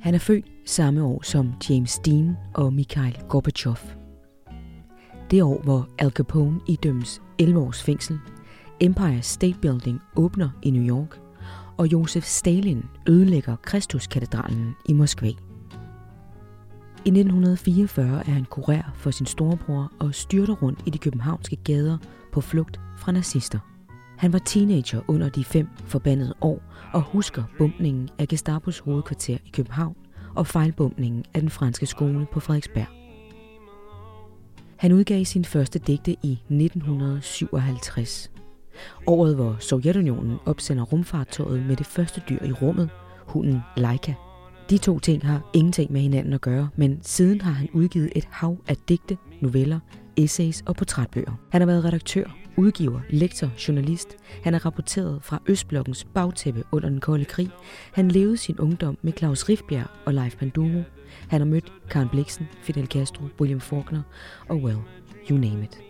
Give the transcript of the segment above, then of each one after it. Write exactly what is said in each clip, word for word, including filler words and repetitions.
Han er født samme år som James Dean og Mikhail Gorbachev. Det år, hvor Al Capone idømmes elleve års fængsel, Empire State Building åbner i New York, og Josef Stalin ødelægger Kristuskatedralen i Moskva. I nitten fireogfyrre er han kurér for sin storebror og styrter rundt i de københavnske gader på flugt fra nazister. Han var teenager under de fem forbandede år og husker bombningen af Gestapos hovedkvarter i København og fejlbombningen af den franske skole på Frederiksberg. Han udgav sin første digte i nitten syvoghalvtreds. Året, hvor Sovjetunionen opsender rumfartøjet med det første dyr i rummet, hunden Laika. De to ting har ingenting med hinanden at gøre, men siden har han udgivet et hav af digte, noveller, essays og portrætbøger. Han har været redaktør, udgiver, lektor, journalist. Han har rapporteret fra Østblokkens bagtæppe under den kolde krig. Han levede sin ungdom med Claus Rifbjerg og Leif Panduro. Han har mødt Karen Blixen, Fidel Castro, William Faulkner og well, you name it.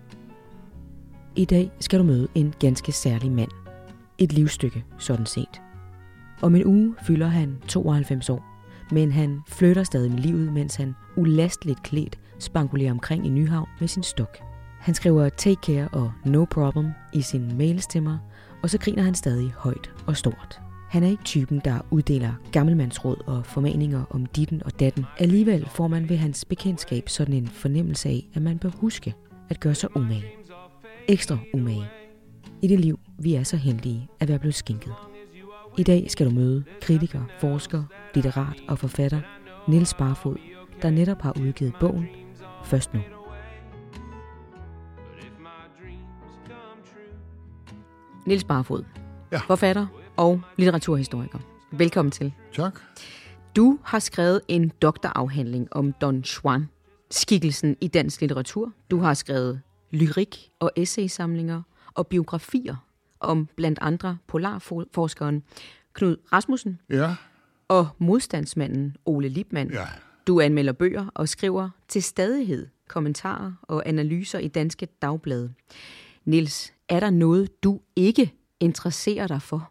I dag skal du møde en ganske særlig mand. Et livsstykke, sådan set. Om en uge fylder han tooghalvfems år, men han flytter stadig med livet, mens han ulasteligt klædt spankulerer omkring i Nyhavn med sin stok. Han skriver take care og no problem i sine mails til mig, og så griner han stadig højt og stort. Han er ikke typen, der uddeler gammelmandsråd og formaninger om ditten og datten. Alligevel får man ved hans bekendtskab sådan en fornemmelse af, at man bør huske at gøre sig umage. Ekstra umage. I det liv, vi er så heldige at være blevet skænket. I dag skal du møde kritiker, forsker, litterat og forfatter Niels Barfoed, der netop har udgivet bogen Først nu. Niels Barfoed, ja. Forfatter og litteraturhistoriker. Velkommen til. Tak. Du har skrevet en doktorafhandling om Don Juan, skikkelsen i dansk litteratur. Du har skrevet lyrik og essaysamlinger og biografier om blandt andre polarforskeren Knud Rasmussen ja. og modstandsmanden Ole Lipmann. Ja. Du anmelder bøger og skriver til stadighed kommentarer og analyser i danske dagblade. Niels, er der noget, du ikke interesserer dig for?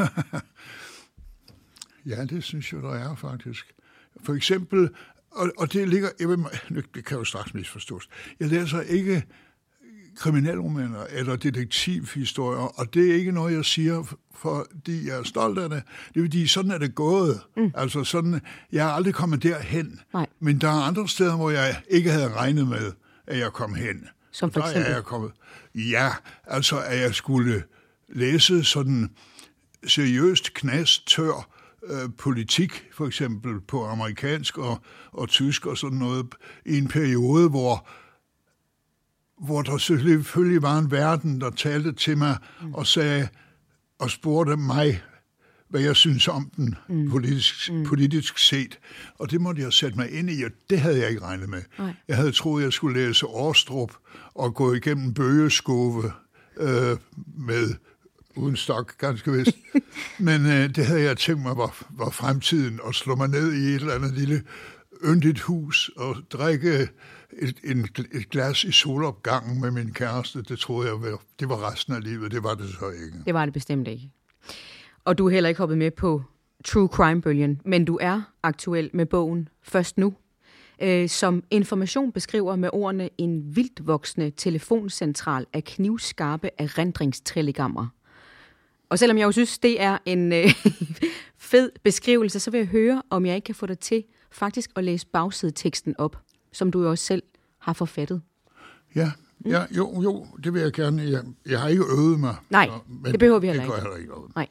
Ja, det synes jeg, der er faktisk. For eksempel, og, og det ligger, jeg ved, det kan jo straks misforstås, jeg læser ikke kriminalromaner eller detektivhistorier, og det er ikke noget, jeg siger, fordi jeg er stolt af det. Det er fordi, sådan er det gået. Mm. Altså sådan, jeg er aldrig kommet derhen. Nej. Men der er andre steder, hvor jeg ikke havde regnet med, at jeg kom hen. Som for eksempel? Der er jeg kommet. Ja, altså at jeg skulle læse sådan seriøst knast, tør øh, politik, for eksempel på amerikansk og, og tysk og sådan noget, i en periode, hvor hvor der selvfølgelig var en verden, der talte til mig mm. og sagde og spurgte mig, hvad jeg synes om den mm. politisk, mm. politisk set. Og det måtte jeg sætte mig ind i, og det havde jeg ikke regnet med. Nej. Jeg havde troet, jeg skulle læse Årstrup og gå igennem bøgeskove øh, med uden stok, ganske vist. Men øh, det havde jeg tænkt mig var, var fremtiden, at slå mig ned i et eller andet lille yndigt hus og drikke et, en, et glas i solopgangen med min kæreste. Det troede jeg, var, det var resten af livet. Det var det så ikke. Det var det bestemt ikke. Og du er heller ikke hoppet med på True Crime-bølgen, men du er aktuel med bogen Først nu, øh, som Information beskriver med ordene en vildt voksende telefoncentral af knivskarpe erindringstrillegrammer. Og selvom jeg jo synes, det er en øh, fed beskrivelse, så vil jeg høre, om jeg ikke kan få dig til faktisk at læse bagsideteksten op, som du jo også selv har forfattet. Ja, ja jo, jo, det vil jeg gerne. Jeg, jeg har ikke øvet mig. Nej, så, men det behøver vi heller det ikke. Det heller ikke. Nej.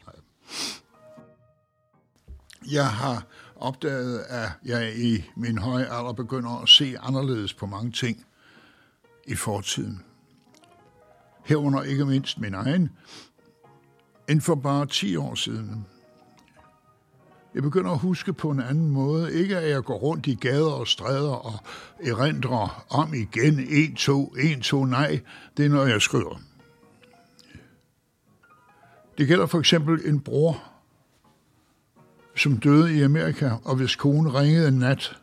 Jeg har opdaget, at jeg i min høje alder begynder at se anderledes på mange ting i fortiden. Herunder ikke mindst min egen, end for bare ti år siden. Jeg begynder at huske på en anden måde. Ikke at jeg går rundt i gader og stræder og erindrer om igen. En, to, en, to, nej. Det er noget, jeg skriver. Det gælder for eksempel en bror, som døde i Amerika, og hvis kone ringede en nat.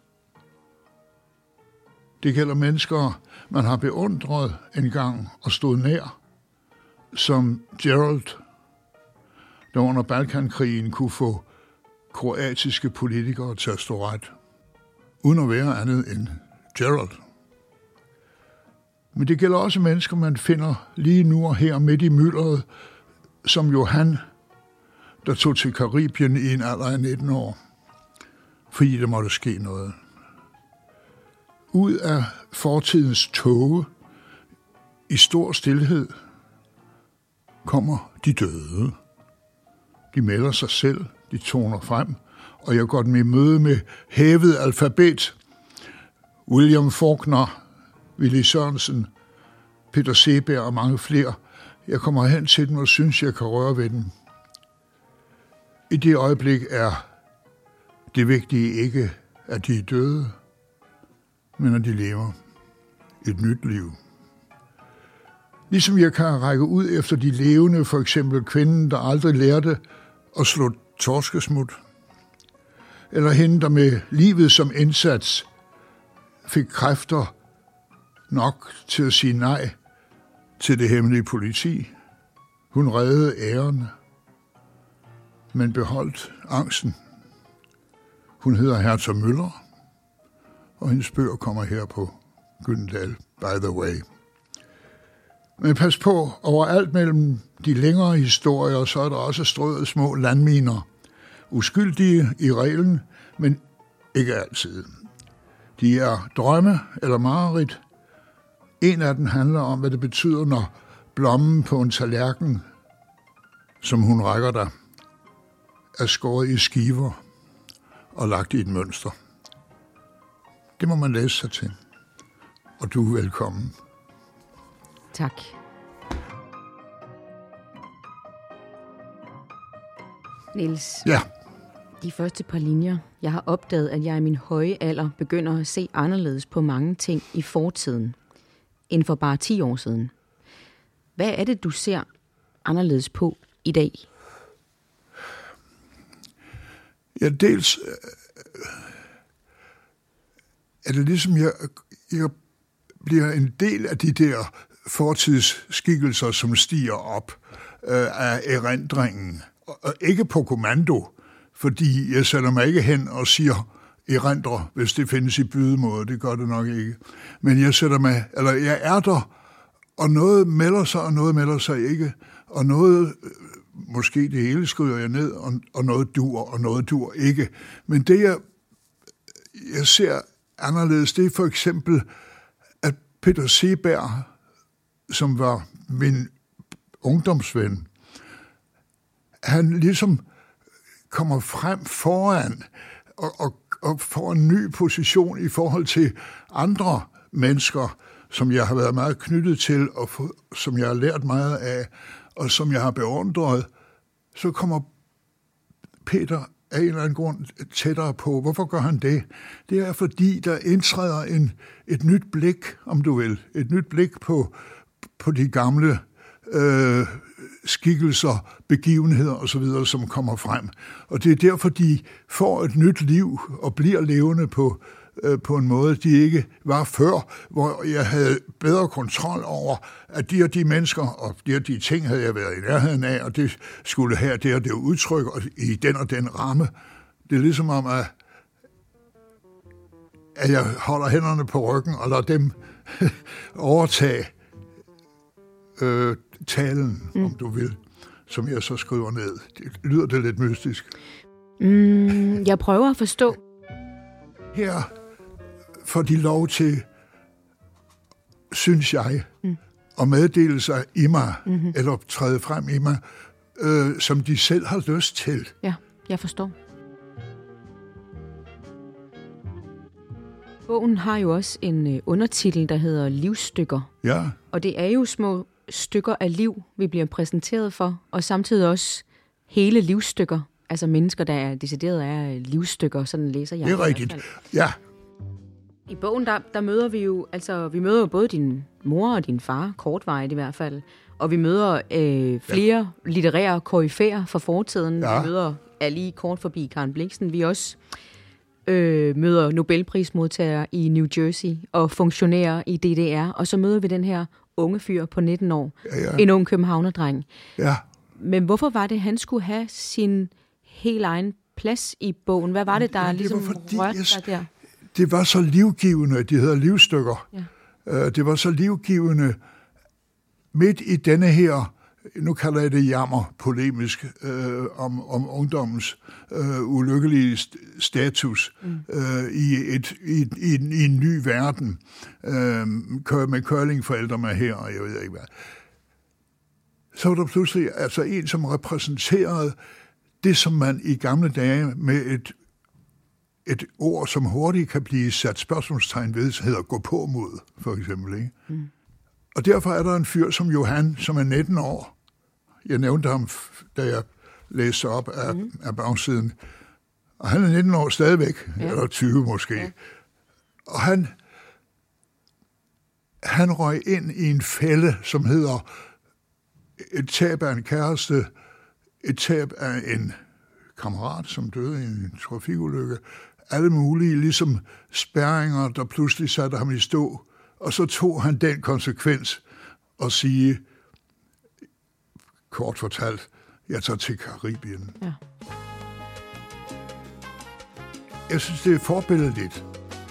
Det gælder mennesker, man har beundret en gang og stod nær, som Gerald, der under Balkankrigen kunne få kroatiske politikere til at stå ret, uden at være andet end Gerald. Men det gælder også mennesker, man finder lige nu og her midt i myldret, som Johan, der tog til Karibien i en alder af nitten år, fordi der måtte ske noget. Ud af fortidens tåge, i stor stilhed, kommer de døde. De melder sig selv, de toner frem, og jeg går dem i møde med hævet alfabet. William Faulkner, Willy Sørensen, Peter Seeberg og mange flere. Jeg kommer hen til dem og synes, jeg kan røre ved dem. I det øjeblik er det vigtige ikke, at de er døde, men at de lever et nyt liv. Ligesom jeg kan række ud efter de levende, for eksempel kvinden, der aldrig lærte at slå torskesmut, eller hende, der med livet som indsats fik kræfter nok til at sige nej til det hemmelige politi. Hun reddede æren, men beholdt angsten. Hun hedder Hertha Müller, og hendes bøger kommer her på Gyldendal, by the way. Men pas på, overalt mellem de længere historier, så er der også strøget små landminer. Uskyldige i reglen, men ikke altid. De er drømme eller mareridt. En af dem handler om, hvad det betyder, når blommen på en tallerken, som hun rækker dig, er skåret i skiver og lagt i et mønster. Det må man læse sig til. Og du er velkommen. Tak. Niels. Ja. De første par linjer. Jeg har opdaget, at jeg i min høje alder begynder at se anderledes på mange ting i fortiden, end for bare ti år siden. Hvad er det, du ser anderledes på i dag? Ja, dels er det ligesom, jeg, jeg bliver en del af de der fortidsskikkelser, som stiger op øh, af erindringen. Og ikke på kommando, fordi jeg sætter mig ikke hen og siger erindrer, hvis det findes i bydemåde. Det gør det nok ikke. Men jeg sætter mig, eller jeg er der, og noget melder sig, og noget melder sig ikke. Og noget, måske det hele skriver jeg ned, og, og noget dur, og noget dur ikke. Men det, jeg, jeg ser anderledes, det er for eksempel, at Peter Seeberg, som var min ungdomsven, han ligesom kommer frem foran og, og, og får en ny position i forhold til andre mennesker, som jeg har været meget knyttet til, og for, som jeg har lært meget af, og som jeg har beundret. Så kommer Peter af en eller anden grund tættere på. Hvorfor gør han det? Det er, fordi der indtræder en, et nyt blik, om du vil. Et nyt blik på, på de gamle øh, skikkelser, begivenheder osv., som kommer frem. Og det er derfor, de får et nyt liv og bliver levende på, øh, på en måde, de ikke var før, hvor jeg havde bedre kontrol over, at de og de mennesker og de og de ting havde jeg været i nærheden af, og det skulle have det og det udtryk og i den og den ramme. Det er ligesom om, at, at jeg holder hænderne på ryggen og lader dem overtage øh, talen, mm. om du vil, som jeg så skriver ned. Det lyder det lidt mystisk. Mm, jeg prøver at forstå. Her får de lov til, synes jeg, mm. at meddele sig i mig, mm-hmm. eller træde frem i mig, øh, som de selv har lyst til. Ja, jeg forstår. Bogen har jo også en undertitel, der hedder Livsstykker. Ja. Og det er jo små stykker af liv, vi bliver præsenteret for, og samtidig også hele livsstykker, altså mennesker, der er decideret af livsstykker, sådan læser jeg. Det er rigtigt, ja. I bogen, der, der møder vi jo, altså vi møder jo både din mor og din far, kortvarigt i hvert fald, og vi møder øh, flere ja. litterære koryfæer fra fortiden. Ja. Vi møder, er lige kort forbi Karen Blixen, vi også øh, møder Nobelprismodtagere i New Jersey og funktionærer i D D R, og så møder vi den her unge fyr på nitten år, ja, ja. en ung københavnerdreng. Ja. Men hvorfor var det, han skulle have sin helt egen plads i bogen? Hvad var det, der ja, det ligesom fordi, rørte jeg, dig der? Det var så livgivende, de hedder livstykker. Ja. Det var så livgivende midt i denne her, nu kalder jeg det jammer, polemisk, øh, om, om ungdommens øh, ulykkelige status mm. øh, i, et, i, i, en, i en ny verden, øh, med curlingforældre med her, og jeg ved ikke hvad. Så var der pludselig altså en, som repræsenterede det, som man i gamle dage med et, et ord, som hurtigt kan blive sat spørgsmålstegn ved, hedder gå på mod, for eksempel. Ikke? Mm. Og derfor er der en fyr som Johan, som er nitten år. Jeg nævnte ham, da jeg læste op af, mm. af bagsiden. Og han er nitten år stadigvæk, ja. Eller tyve måske. Ja. Og han, han røg ind i en fælde, som hedder et tab af en kæreste, et tab af en kammerat, som døde i en trafikulykke. Alle mulige, ligesom spærringer, der pludselig satte ham i stå. Og så tog han den konsekvens og sige, kort fortalt, jeg tager til Karibien. Ja. Jeg synes, det er forbilledeligt.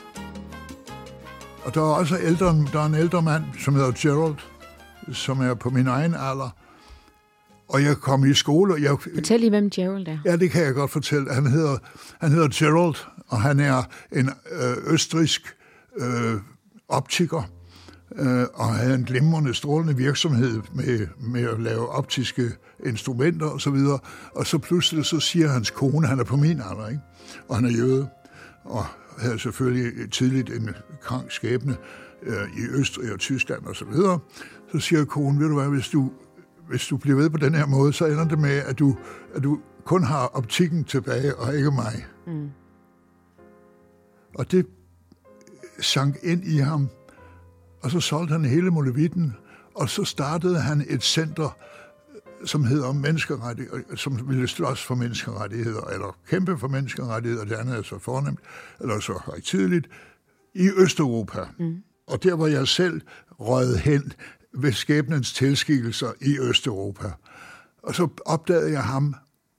Og der er også ældre, der er en ældre mand, som hedder Gerald, som er på min egen alder. Og jeg kom i skole. Og jeg, Fortæl lige, hvem Gerald er. Ja, det kan jeg godt fortælle. Han hedder, han hedder Gerald, og han er en øh, østrigsk øh, optiker, øh, og havde en glimrende, strålende virksomhed med, med at lave optiske instrumenter og så videre. Og så pludselig så siger hans kone, han er på min alder, ikke? Og han er jøde, og havde selvfølgelig tidligt en krank skæbne øh, i Østrig og Tyskland og så videre. Så siger konen, ved du hvad, hvis du, hvis du bliver ved på den her måde, så ender det med, at du, at du kun har optikken tilbage, og ikke mig. Mm. Og det sank ind i ham, og så solgte han hele molevitten, og så startede han et center, som hedder menneskerettigheder, som ville slås for menneskerettigheder, eller kæmpe for menneskerettigheder, det andet er så fornemt, eller så højtideligt, i Østeuropa. Mm. Og der var jeg selv røget hen ved skæbnens tilskikkelser i Østeuropa. Og så opdagede jeg ham,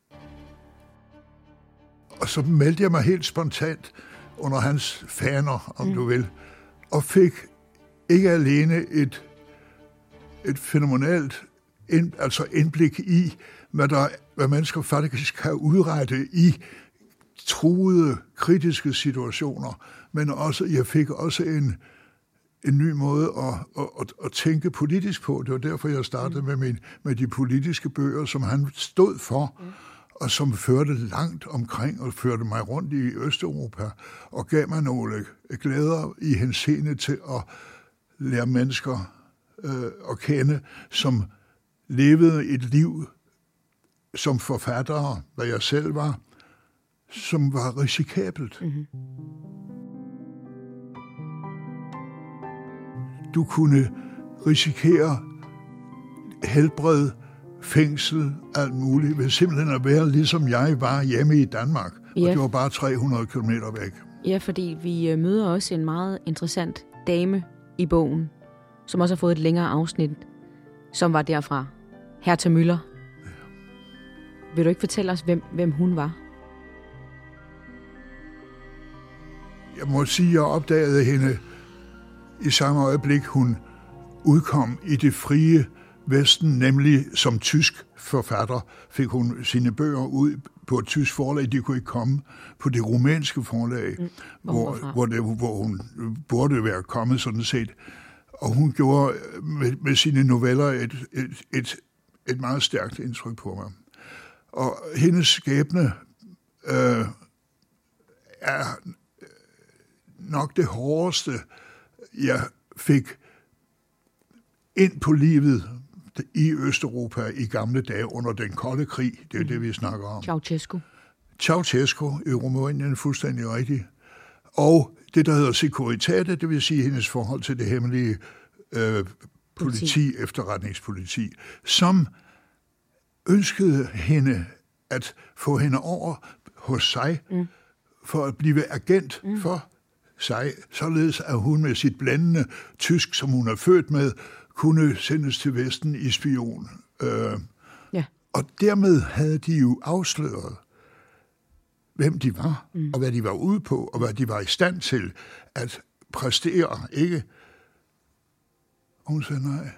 og så meldte jeg mig helt spontant under hans faner, om mm. du vil, og fik ikke alene et, et fænomenalt ind, altså indblik i, hvad, der, hvad mennesker faktisk kan udrette i truede, kritiske situationer, men også, jeg fik også en, en ny måde at, at, at, at tænke politisk på. Det var derfor, jeg startede mm. med, min, med de politiske bøger, som han stod for, mm. og som førte langt omkring og førte mig rundt i Østeuropa, og gav mig nogle glæder i henseende til at lære mennesker øh, at kende, som levede et liv som forfattere, hvad jeg selv var, som var risikabelt. Mm-hmm. Du kunne risikere helbred, fængsel, alt muligt, ved simpelthen at være ligesom jeg var hjemme i Danmark. Ja. Og det var bare tre hundrede kilometer væk. Ja, fordi vi møder også en meget interessant dame i bogen, som også har fået et længere afsnit, som var derfra. Hertha Müller. Ja. Vil du ikke fortælle os, hvem, hvem hun var? Jeg må sige, at jeg opdagede hende i samme øjeblik, hun udkom i det frie Vesten, nemlig som tysk forfatter, fik hun sine bøger ud på et tysk forlag. De kunne ikke komme på det rumænske forlag, mm, hvor, hvor, hvor, det, hvor hun burde være kommet sådan set. Og hun gjorde med, med sine noveller et, et, et, et meget stærkt indtryk på mig. Og hendes skæbne øh, er nok det hårdeste, jeg fik ind på livet i Østeuropa i gamle dage under den kolde krig. Det er mm. det, vi snakker om. Ceausescu. Ceausescu i Rumænien, fuldstændig rigtigt. Og det, der hedder Securitate, det vil sige hendes forhold til det hemmelige øh, politi, politi, efterretningspoliti, som ønskede hende at få hende over hos sig, mm. for at blive agent mm. for sig, således at hun med sit blændende tysk, som hun er født med, kunne sendes til Vesten i spion. Øh, ja. Og dermed havde de jo afsløret hvem de var, mm. og hvad de var ude på, og hvad de var i stand til at præstere, ikke? Og hun sagde nej.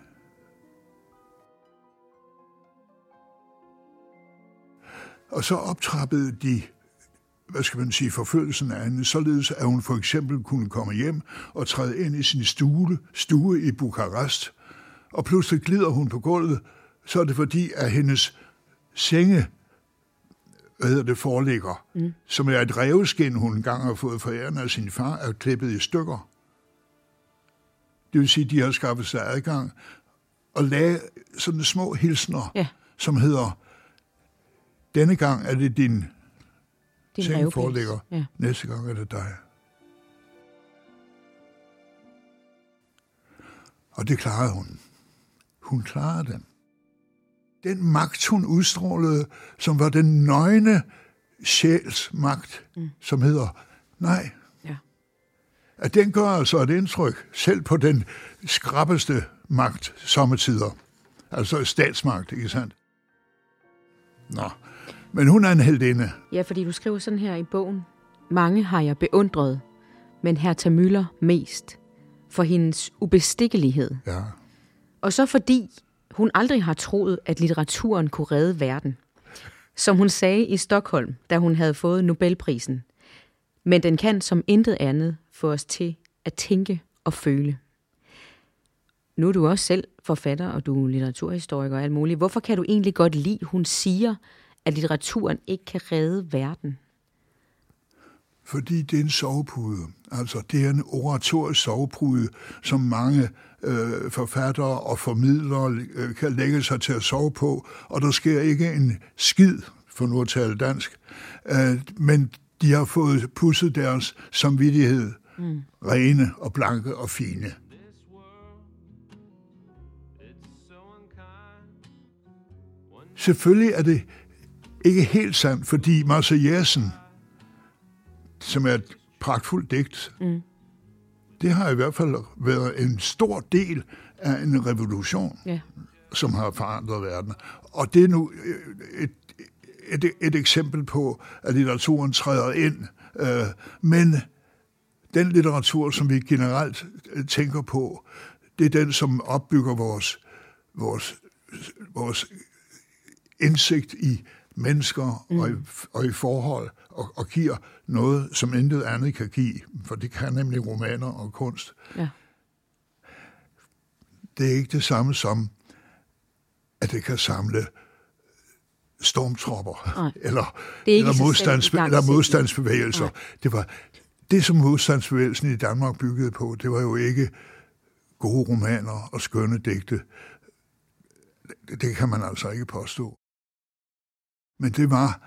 Og så optrappede de, hvad skal man sige, forfølgelsen af hende, således at hun for eksempel kunne komme hjem og træde ind i sin stue, stue i Bukarest, og pludselig glider hun på gulvet, så er det fordi, at hendes senge, hvad hedder det, foreligger, mm. som er et ræveskin, hun engang har fået fra æren af sin far, er klippet i stykker. Det vil sige, at de har skaffet sig adgang og lagde sådan små hilsner, ja. Som hedder, denne gang er det din, din seng foreligger, ja. Næste gang er det dig. Og det klarede hun. Hun klarede den. Den magt, hun udstrålede, som var den nøgne sjæls magt, mm. som hedder nej. Ja. At den gør altså et indtryk, selv på den skrappeste magt, sommetider. Altså statsmagt, ikke sandt? Nå, men hun er en heldinde. Ja, fordi du skriver sådan her i bogen. Mange har jeg beundret, men Hertha Müller mest for hendes ubestikkelighed. Ja. Og så fordi hun aldrig har troet, at litteraturen kunne redde verden. Som hun sagde i Stockholm, da hun havde fået Nobelprisen. Men den kan som intet andet få os til at tænke og føle. Nu er du også selv forfatter, og du er litteraturhistoriker og alt muligt. Hvorfor kan du egentlig godt lide, hun siger, at litteraturen ikke kan redde verden? Fordi det er en sovepude. Altså, det er en oratorisk sovepude, som mange øh, forfattere og formidlere øh, kan lægge sig til at sove på, og der sker ikke en skid, for nu at tale dansk, øh, men de har fået pudset deres samvittighed, mm. rene og blanke og fine. Selvfølgelig er det ikke helt sandt, fordi Marseillaisen, som er et pragtfuldt digt, mm. det har i hvert fald været en stor del af en revolution, yeah. som har forandret verden. Og det er nu et, et, et eksempel på, at litteraturen træder ind. Men den litteratur, som vi generelt tænker på, det er den, som opbygger vores, vores, vores indsigt i mennesker mm. og, i, og i forhold, og, og giver noget, som intet andet kan give, for det kan nemlig romaner og kunst. Ja. Det er ikke det samme som, at det kan samle stormtropper, Nej. eller, eller, modstands, eller modstandsbevægelser. Det var det, som modstandsbevægelsen i Danmark byggede på, det var jo ikke gode romaner og skønne digte. Det, det kan man altså ikke påstå. Men det var,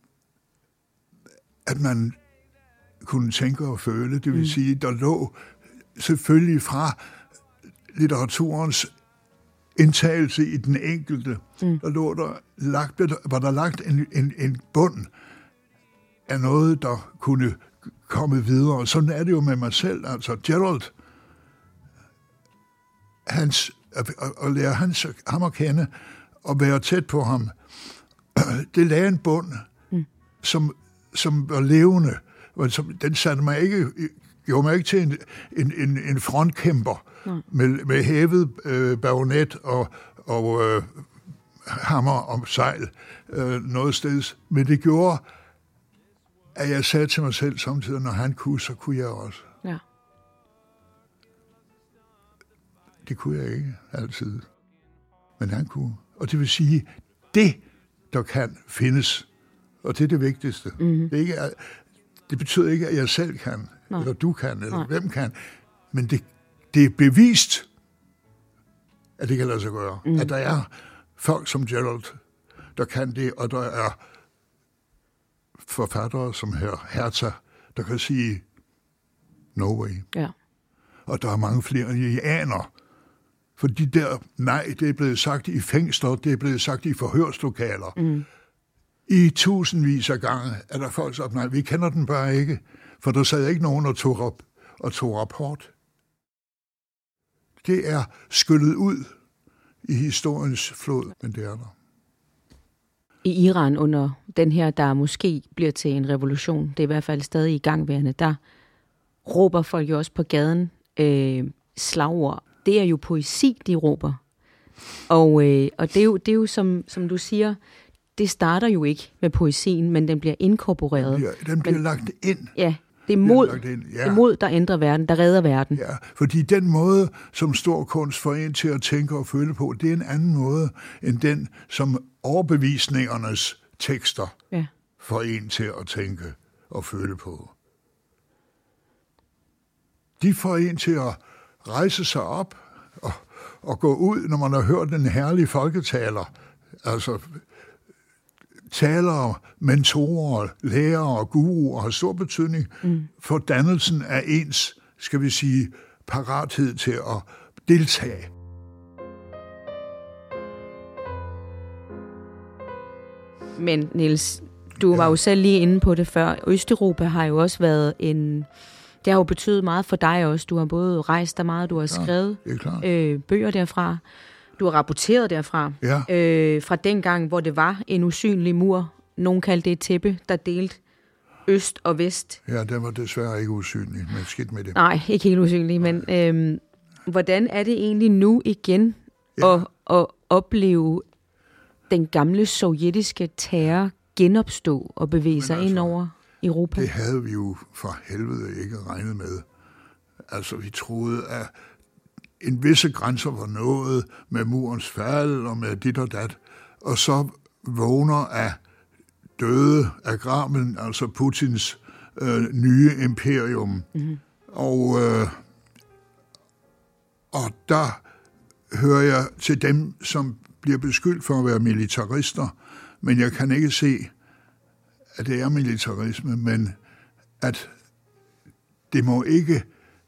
at man kunne tænke og føle. Det vil mm. sige, der lå selvfølgelig fra litteraturens indtagelse i den enkelte, mm. der lå der lagt, var der lagt en, en, en bund af noget, der kunne komme videre. Sådan er det jo med mig selv. Altså Gerald, hans, at, at lære hans, ham at kende og være tæt på ham, det lagde en bund, mm. som, som var levende. Som, den satte mig ikke, gjorde mig ikke til en, en, en, en frontkæmper mm. med, med hævet øh, bajonet og, og øh, hammer og sejl øh, noget sted. Men det gjorde, at jeg sagde til mig selv samtidig, når han kunne, så kunne jeg også. Ja. Det kunne jeg ikke altid. Men han kunne. Og det vil sige, det der kan findes, og det er det vigtigste. Mm-hmm. Det, er ikke, det betyder ikke, at jeg selv kan, Nej. eller du kan, eller Nej. hvem kan, men det, det er bevist, at det kan lade sig gøre. Mm. At der er folk som Gerald, der kan det, og der er forfattere som her Hertha, der kan sige, no way. Ja. Og der er mange flere, jeg aner. For de der, nej, det er blevet sagt i fængsler, det er blevet sagt i forhørslokaler. Mm. I tusindvis af gange er der folk, som nej, vi kender den bare ikke, for der sad ikke nogen og tog op og tog rapport. Det er skyllet ud i historiens flod, men det er der. i Iran under den her, der måske bliver til en revolution, det er i hvert fald stadig i gangværende, der råber folk jo også på gaden øh, slagord. Det er jo poesi, de råber. Og, øh, og det er jo, det er jo som, som du siger, det starter jo ikke med poesien, men den bliver inkorporeret. Den bliver, den bliver men, lagt ind. Ja, det er mod, ja. Det er mod, der ændrer verden, der redder verden. Ja, fordi den måde, som stor kunst får en til at tænke og føle på, det er en anden måde, end den, som overbevisningernes tekster ja. får en til at tænke og føle på. De får en til at rejse sig op og, og gå ud, når man har hørt en herlig folketaler. Altså talere, mentorer, lærere og guruer har stor betydning mm. for dannelsen af ens, skal vi sige, parathed til at deltage. Men Niels, du var ja. jo selv lige inde på det før. Østeuropa har jo også været en... Det har jo betydet meget for dig også. Du har både rejst der meget, du har skrevet ja, øh, bøger derfra. Du har rapporteret derfra. Ja. Øh, fra dengang, hvor det var en usynlig mur. Nogen kaldte det et tæppe, der delte øst og vest. Ja, den var desværre ikke usynlig, men skidt med det. Nej, ikke helt usynlig, men øh, hvordan er det egentlig nu igen ja. at, at opleve den gamle sovjetiske terror genopstå og bevæge sig altså, ind over Europa? Det havde vi jo for helvede ikke regnet med. Altså, vi troede, at en visse grænser var nået med murens fald og med dit og dat, og så vågner af døde af Kreml, altså Putins øh, nye imperium. Mm-hmm. Og, øh, og der hører jeg til dem, som bliver beskyldt for at være militarister, men jeg kan ikke se, at det er militarisme, men at det må ikke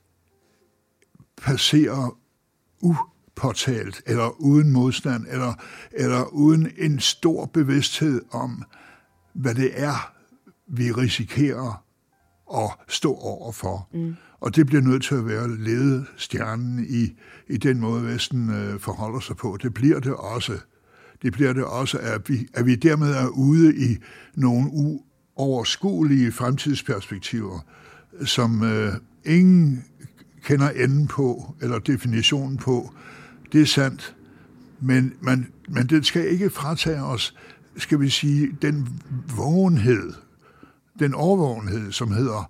passere upåtalt, eller uden modstand, eller, eller uden en stor bevidsthed om, hvad det er, vi risikerer at stå overfor. Mm. Og det bliver nødt til at være ledestjernen i, i den måde, Vesten øh, forholder sig på. Det bliver det også. Det bliver det også, at vi, at vi dermed er ude i nogle uoverskuelige fremtidsperspektiver, som øh, ingen kender enden på, eller definitionen på. Det er sandt, men, man, men det skal ikke fratage os, skal vi sige, den vågenhed, den overvågenhed, som hedder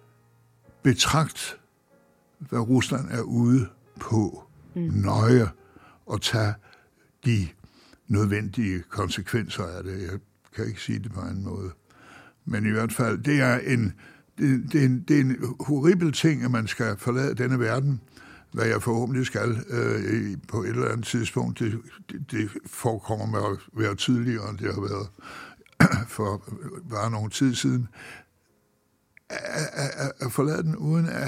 betragt, hvad Rusland er ude på, mm. nøje, og tage de nødvendige konsekvenser af det. Jeg kan ikke sige det på en måde. Men i hvert fald, det er en, det, det er en, det er en horribel ting, at man skal forlade denne verden, hvad jeg forhåbentlig skal øh, på et eller andet tidspunkt. Det, det, det forekommer med at være tydeligere, end det har været for bare nogle tid siden. At, at, at forlade den uden at,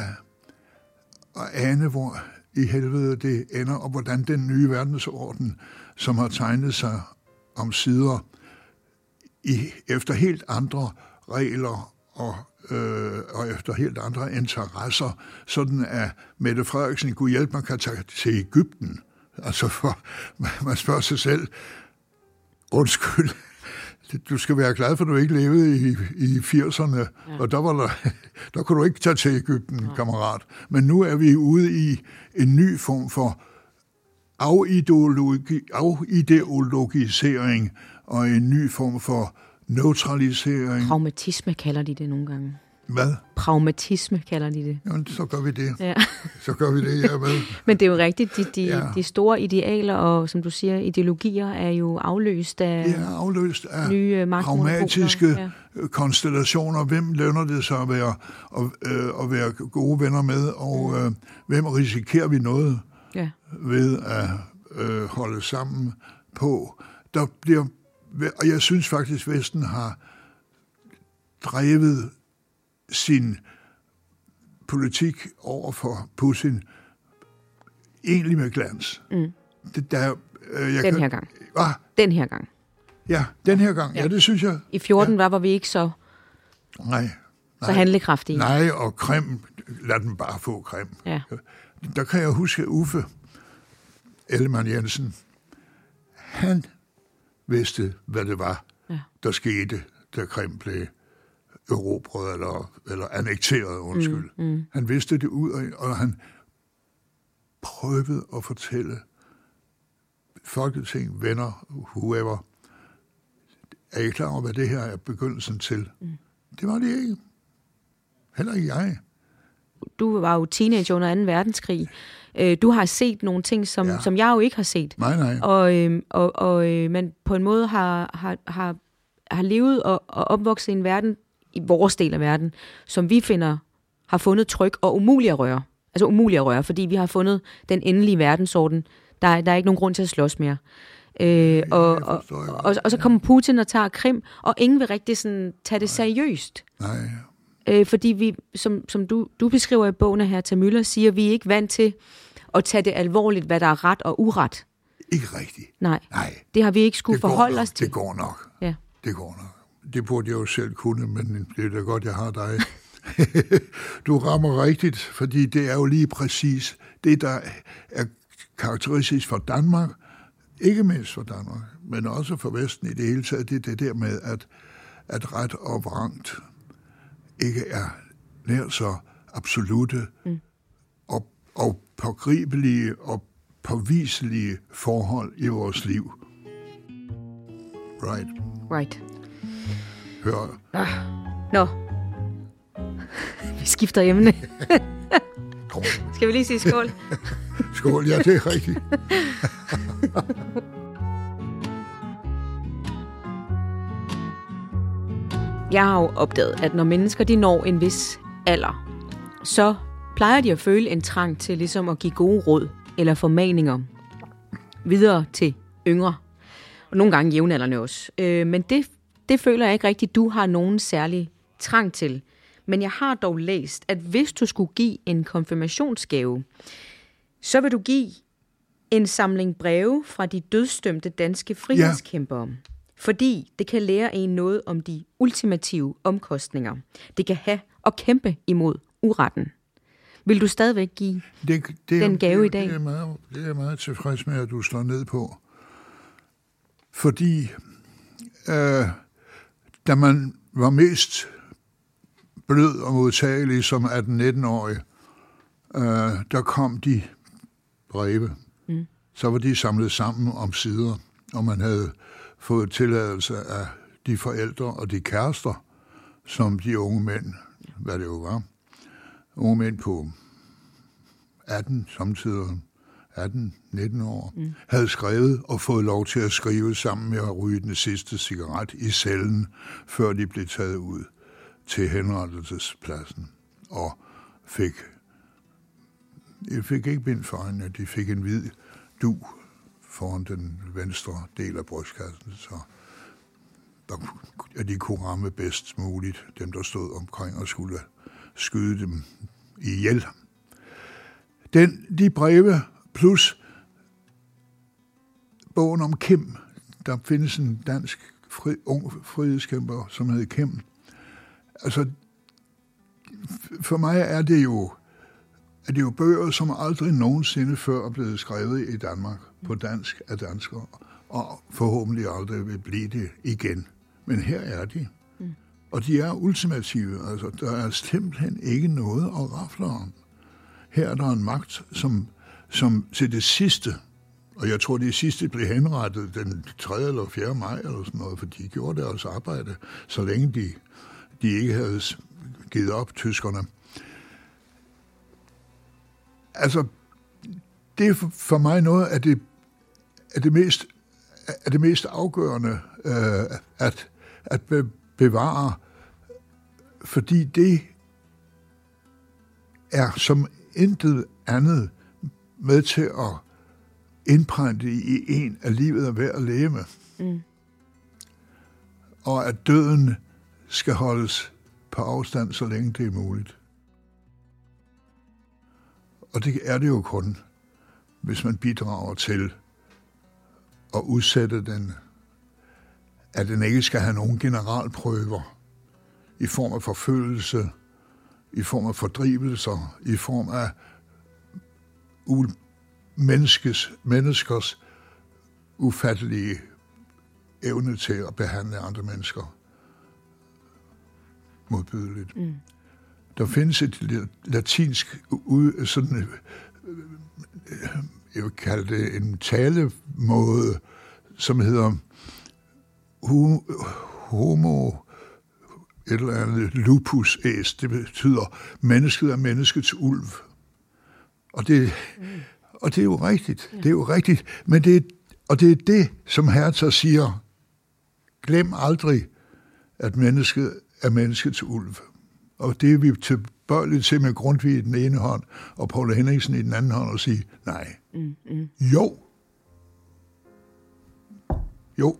at ane, hvor i helvede det ender, og hvordan den nye verdensorden, som har tegnet sig om sider i, efter helt andre regler og, øh, og efter helt andre interesser, sådan at Mette Frederiksen kunne hjælpe mig at tage til Egypten. Altså for, man spørger sig selv, undskyld, du skal være glad for, at du ikke levede i, i firserne, ja. Og der, var der, der kunne du ikke tage til Egypten, ja. Kammerat. Men nu er vi ude i en ny form for afideologi, afideologisering og en ny form for neutralisering. Pragmatisme kalder de det nogle gange. Hvad? Pragmatisme kalder de det. Jamen, så gør vi det. Ja. Så gør vi det, jeg er med. Men det er jo rigtigt, de, de, ja. de store idealer og, som du siger, ideologier er jo afløst af, det er afløst af nye pragmatiske ja. konstellationer. Hvem lønner det sig at være, at, øh, at være gode venner med, og øh, hvem risikerer vi noget ja. ved at øh, holde sammen på? Der bliver, og jeg synes faktisk, Vesten har drevet sin politik over for Putin egentlig med glans. Mm. Det der, øh, jeg den kan, her gang. Hvad? Den her gang. Ja, den her gang. Ja, ja det synes jeg. I fjorten ja. var, var vi ikke så, nej, nej, så handlekraftige. Nej, og Krim, lad dem bare få Krim. Ja. Der kan jeg huske Uffe Ellemann Jensen. Han vidste, hvad det var, ja. der skete, da Krim blev erobret eller, eller annekteret, undskyld. Mm, mm. Han vidste det ud af, og han prøvede at fortælle Folketing, venner, whoever, er I klar over, hvad det her er begyndelsen til? Mm. Det var det ikke. Heller ikke jeg. Du var jo teenager under anden verdenskrig. Du har set nogle ting, som, ja. som jeg jo ikke har set. Nej, nej. Og, øh, og, og man på en måde har, har, har, har levet og, og opvokset i en verden, i vores del af verden, som vi finder har fundet tryg og umuligt at røre. Altså umuligt at røre, fordi vi har fundet den endelige verdensorden. Der er, der er ikke nogen grund til at slås mere. Øh, ja, og, og, og, og så kommer Putin og tager Krim, og ingen vil rigtig sådan tage det nej. seriøst. Nej. Øh, fordi vi, som, som du, du beskriver i bogen her, Tamüller, siger, vi er ikke vant til at tage det alvorligt, hvad der er ret og uret. Ikke rigtigt. Nej, Nej. Det har vi ikke skulle forholde nok. os til. Det går nok. Ja. Det går nok. Det burde jeg jo selv kunne, men det er da godt, jeg har dig. Du rammer rigtigt, fordi det er jo lige præcis det, der er karakteristisk for Danmark, ikke mindst for Danmark, men også for Vesten i det hele taget, det er det der med, at, at ret og vrangt ikke er nær så absolute mm. og, og pågribelige og påviselige forhold i vores liv. Right. Right. Hør. Ah. Nå. Vi skifter emne. Skal vi lige sige skål? Skål, ja, det er rigtigt. Jeg har jo opdaget, at når mennesker de når en vis alder, så plejer de at føle en trang til ligesom at give gode råd eller formaninger videre til yngre. Og nogle gange jævnaldrende også. Øh, men det, det føler jeg ikke rigtigt, du har nogen særlig trang til. Men jeg har dog læst, at hvis du skulle give en konfirmationsgave, så vil du give en samling breve fra de dødsdømte danske frihedskæmpere. Ja. Fordi det kan lære en noget om de ultimative omkostninger, det kan have at kæmpe imod uretten. Vil du stadigvæk give det, det, den gave det, i dag? Det er, meget, det er jeg meget tilfreds med, at du slår ned på. Fordi øh, da man var mest blød og modtagelig som atten-nitten-årig, øh, der kom de breve. Mm. Så var de samlet sammen om sider, og man havde fået tilladelse af de forældre og de kærester, som de unge mænd, hvad det jo var, unge mænd på atten, samtidig atten-nitten år, mm. havde skrevet og fået lov til at skrive sammen med at ryge den sidste cigaret i cellen, før de blev taget ud til henrettelsespladsen, og fik, de fik ikke bind for øjnene, de fik en hvid dug foran den venstre del af brystkassen, så der, at de kunne ramme bedst muligt dem, der stod omkring og skulle skyde dem ihjel. Den, de breve plus bogen om Kim, der findes en dansk fri, ung frihedskæmper, som hedder Kim. Altså, for mig er det jo er det jo bøger, som aldrig nogensinde før er blevet skrevet i Danmark på dansk af danskere, og forhåbentlig aldrig vil blive det igen. Men her er de. Mm. Og de er ultimative. Altså, der er simpelthen ikke noget at rafle om. Her er der en magt, som, som til det sidste, og jeg tror, det sidste blev henrettet den tredje eller fjerde maj, eller sådan noget, for de gjorde deres arbejde, så længe de, de ikke havde givet op, tyskerne. Altså, det er for mig noget af det, af det, mest, af det mest afgørende øh, at, at bevare, fordi det er som intet andet med til at indprænte i en, at livet er værd at leve med. Mm. Og at døden skal holdes på afstand, så længe det er muligt. Og det er det jo kun, hvis man bidrager til at udsætte den, at den ikke skal have nogen generalprøver i form af forfølgelse, i form af fordrivelser, i form af u- menneskes, menneskers ufattelige evne til at behandle andre mennesker modbydeligt. Mm. Der findes et latinsk ud, sådan, jeg vil kalde det en talemåde, som hedder homo et eller andet lupus est. Det betyder, mennesket er menneskets ulv. Og det, mm. og det er jo rigtigt. Ja. Det er jo rigtigt. Men det er, og det er det, som Hertha siger. Glem aldrig, at mennesket er menneskets ulv. Og det er vi tilbøjelige til med Grundtvig i den ene hånd, og Poul Henningsen i den anden hånd, og sige nej. Mm, mm. Jo. Jo.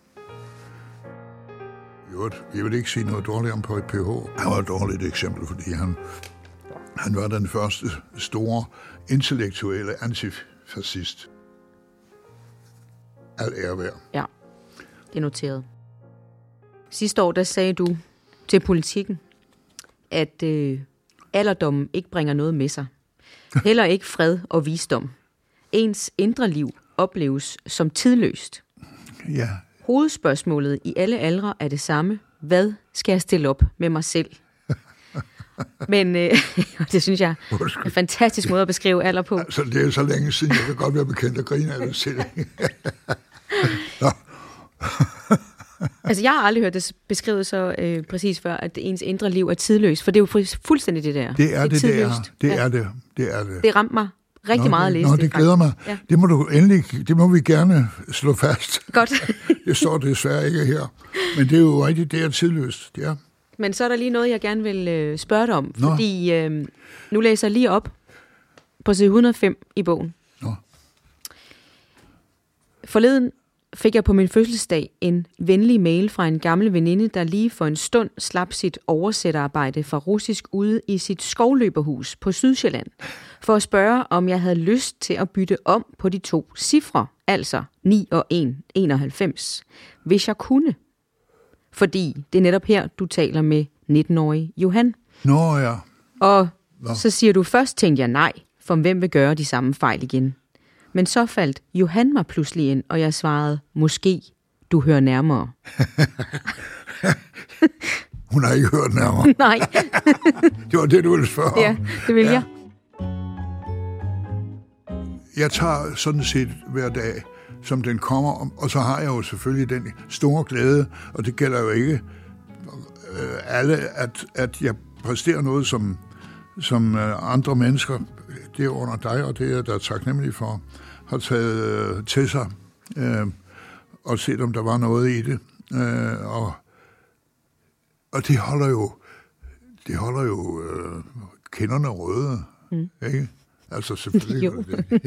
Jo, jeg vil ikke sige noget dårligt om på et P H. Han var et dårligt eksempel, fordi han, han var den første store intellektuelle antifascist. Al ære værd. Ja, det er noteret. Sidste år, der sagde du til Politikken, at øh, alderdommen ikke bringer noget med sig. Heller ikke fred og visdom. Ens indre liv opleves som tidløst. Ja. Hovedspørgsmålet i alle aldre er det samme. Hvad skal jeg stille op med mig selv? Men øh, det synes jeg er en fantastisk måde at beskrive alder på. Altså, det er så længe siden, jeg kan godt være bekendt at grine af det selv. Altså, jeg har aldrig hørt det beskrevet så øh, præcis før, at ens indre liv er tidløst, for det er jo fuldstændig det der. Det er det, det, er det er. Det ja. er det. Det er det. Det ramte mig rigtig nå, meget at læse nå, det. det glæder mig. Ja. Det må du endelig, det må vi gerne slå fast. Godt. Det står desværre ikke her. Men det er jo rigtigt, det er tidløst, ja. Men så er der lige noget, jeg gerne vil øh, spørge dig om, nå. fordi øh, nu læser jeg lige op på side et hundrede og fem i bogen. Nå. Forleden fik jeg på min fødselsdag en venlig mail fra en gammel veninde, der lige for en stund slap sit oversætterarbejde fra russisk ude i sit skovløberhus på Sydsjælland, for at spørge, om jeg havde lyst til at bytte om på de to cifre, altså ni og en, enoghalvfems, hvis jeg kunne. Fordi det er netop her, du taler med nitten-årige Johan. Nå ja. Og Nå. Så siger du, først tænkte jeg nej, for hvem vil gøre de samme fejl igen? Men så faldt Johan mig pludselig ind, og jeg svarede, måske du hører nærmere. Hun har ikke hørt nærmere. Nej. Det var det, du ville spørge. Ja, det vil ja. jeg. Jeg tager sådan set hver dag, som den kommer, og så har jeg jo selvfølgelig den store glæde, og det gælder jo ikke øh, alle, at, at jeg præsterer noget, som, som øh, andre mennesker, det er under dig, og det er jeg da taknemmelig for, har taget øh, til sig, øh, og set, om der var noget i det. Øh, og, og det holder jo, det holder jo øh, kinderne røde, mm. ikke? Altså selvfølgelig. Jo.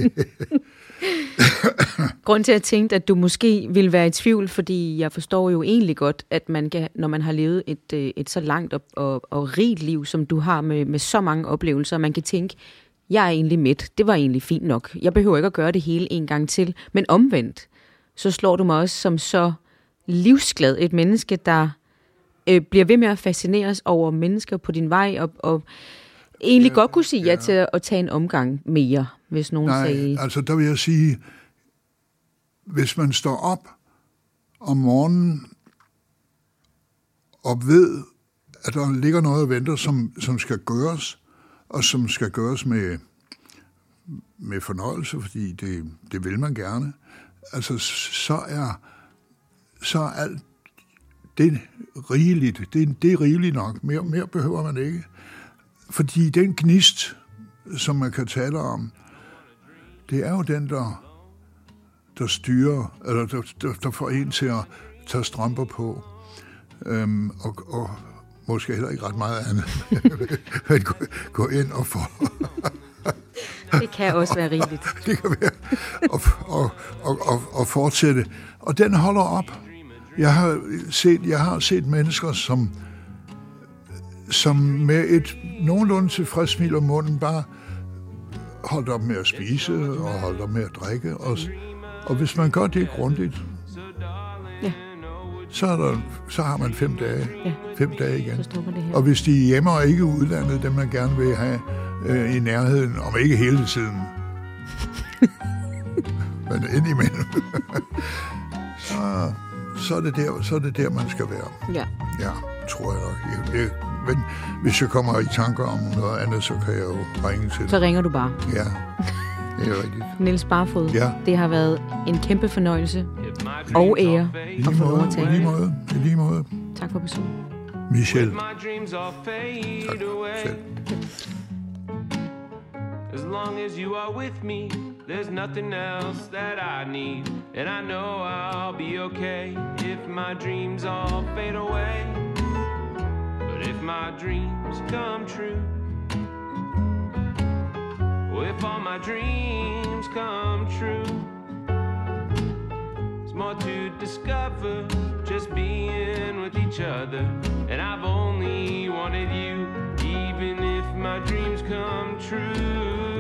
Grunden til, at jeg tænkte, at du måske ville være i tvivl, fordi jeg forstår jo egentlig godt, at man kan, når man har levet et, et så langt og, og, og rigt liv, som du har med, med så mange oplevelser, man kan tænke, jeg er egentlig midt, det var egentlig fint nok. Jeg behøver ikke at gøre det hele en gang til. Men omvendt, så slår du mig også som så livsglad et menneske, der øh, bliver ved med at fascineres over mennesker på din vej, og, og egentlig ja, godt kunne sige ja, ja til at tage en omgang mere, hvis nogen Nej, sagde... altså der vil jeg sige, hvis man står op om morgenen og ved, at der ligger noget og venter, som, som skal gøres, og som skal gøres med, med fornøjelse, fordi det, det vil man gerne, altså så er, så er alt det rigeligt. Det, det er rigeligt nok. Mere, mere behøver man ikke. Fordi den gnist, som man kan tale om, det er jo den, der, der styrer, eller der, der, der får en til at tage strømper på, øhm, og, og måske heller ikke ret meget andet, men gå, gå ind og få... Det kan også være rigeligt. Det kan være, og, og, og, og, og fortsætte. Og den holder op. Jeg har set, jeg har set mennesker, som, som med et nogenlunde tilfreds smil om munden bare holdt op med at spise og holdt op med at drikke. Og, og hvis man gør det grundigt, ja. så, er der, så har man fem dage. Ja. Fem dage igen. Og hvis de er hjemme og ikke udlandet, dem man gerne vil have øh, i nærheden, om ikke hele tiden, men indimellem, så, så er det der, så er det der man skal være. Ja. Ja, tror jeg nok. Jeg, jeg, men hvis jeg kommer i tanker om noget andet, så kan jeg jo ringe til. Så ringer du bare. Ja, det er rigtigt. Niels Barfod, ja. Det har været en kæmpe fornøjelse og ære at få lov at tale. I lige måde, i lige måde. Tak for besøget. Michel. Tak selv. As long as you are with me, there's nothing else that I need. And I know I'll be okay if my dreams all fade away. But if my dreams come true, or if all my dreams come true, there's more to discover just being with each other. And I've only wanted you, even if my dreams come true.